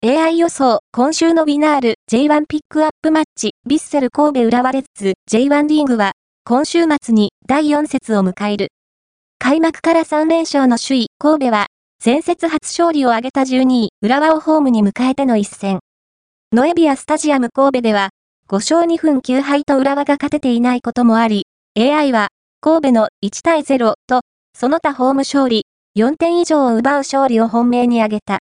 AI 予想、今週のウィナール J1 ピックアップマッチ、ヴィッセル神戸浦和レッズ J1 リーグは、今週末に第4節を迎える。開幕から3連勝の首位、神戸は、前節初勝利を挙げた12位、浦和をホームに迎えての一戦。ノエビアスタジアム神戸では、5勝2分9敗と浦和が勝てていないこともあり、AI は、神戸の1対0と、その他ホーム勝利、4点以上を奪う勝利を本命に挙げた。